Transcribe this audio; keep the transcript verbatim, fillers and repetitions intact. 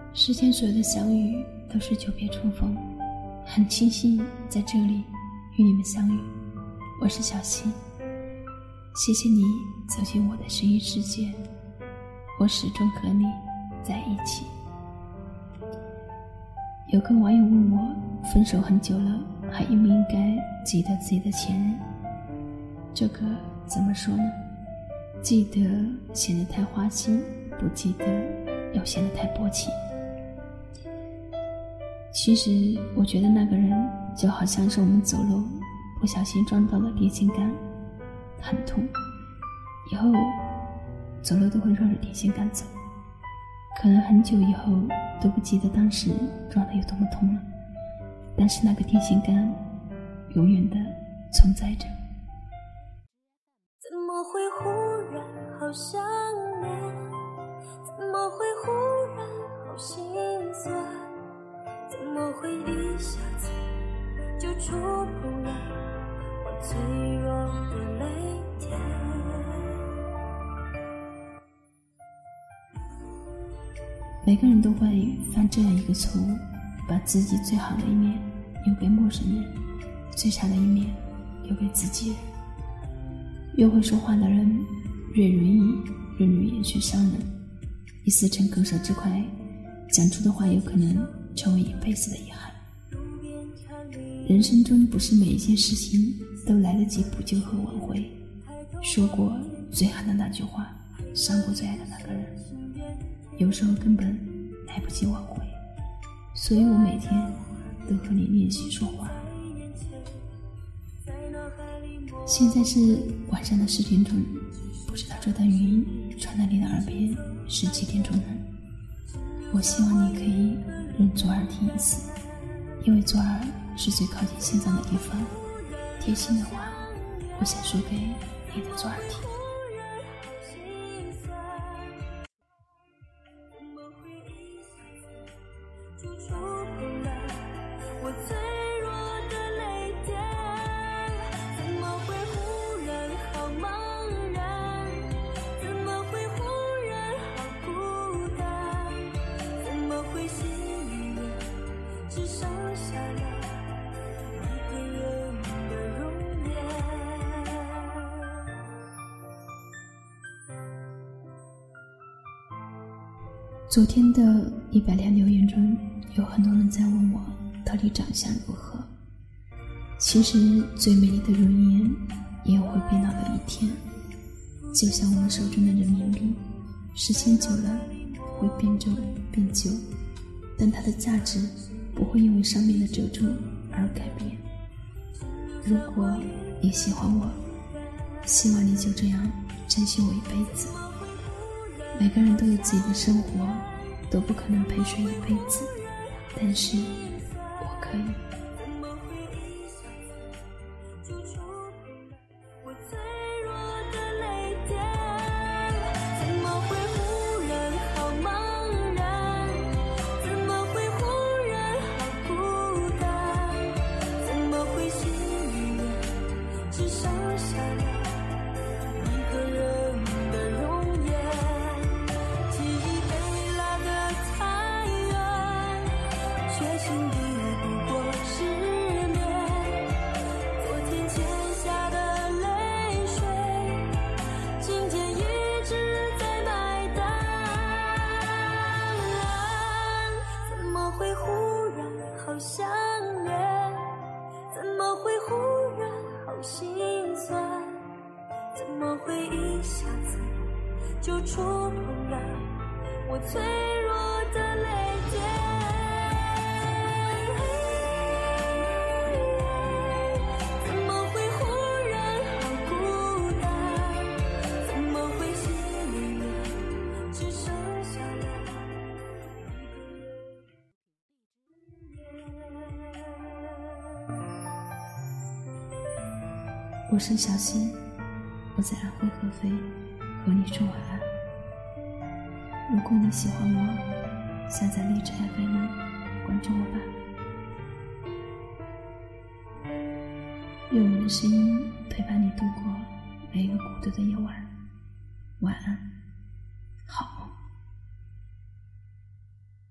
世间所有的相遇都是久别重逢，很庆幸在这里与你们相遇。我是小溪，谢谢你走进我的声音世界，我始终和你在一起。有个网友问我，分手很久了，还应不应该记得自己的前任？这个怎么说呢？记得显得太花心，不记得又显得太薄情。其实我觉得那个人就好像是我们走路不小心撞到了电线杆，很痛，以后走路都会绕着电线杆走，可能很久以后都不记得当时撞得有多么痛了，但是那个电线杆永远的存在着。 怎么会忽然好想念，怎么会忽然好心酸，怎么会一下子就触碰了我脆弱的泪点。 每个人都会犯这样一个错误，把自己最好的一面留给陌生人，最差的一面留给自己人。越会说话的人越容易任语言去伤人，一撕成割舍之块，讲出的话有可能成为一辈子的遗憾。人生中不是每一件事情都来得及补救和挽回，说过最好的那句话，伤过最爱的那个人，有时候根本来不及挽回。所以我每天都和你练习说话。现在是晚上的十点钟，不知道这段语音传到你的耳边是几点钟呢？我希望你可以认左耳听一次，因为左耳是最靠近心脏的地方。贴心的话，我想说给你的左耳听。昨天的一百条留言中，有很多人在问我到底长相如何。其实最美丽的容颜也有会变老的一天，就像我们手中的人民币，时间久了会变皱变旧，但它的价值不会因为上面的褶皱而改变。如果你喜欢我，希望你就这样珍惜我一辈子。每个人都有自己的生活，都不可能陪谁一辈子，但是我可以。 就触碰了我脆弱的泪点。怎么会忽然好孤单，怎么会心里面只剩下了我是小溪，我在安徽合肥和你说晚安。如果你喜欢我，下载荔枝 F M 关注我吧。用我的声音陪伴你度过每一个孤独的夜晚。晚安。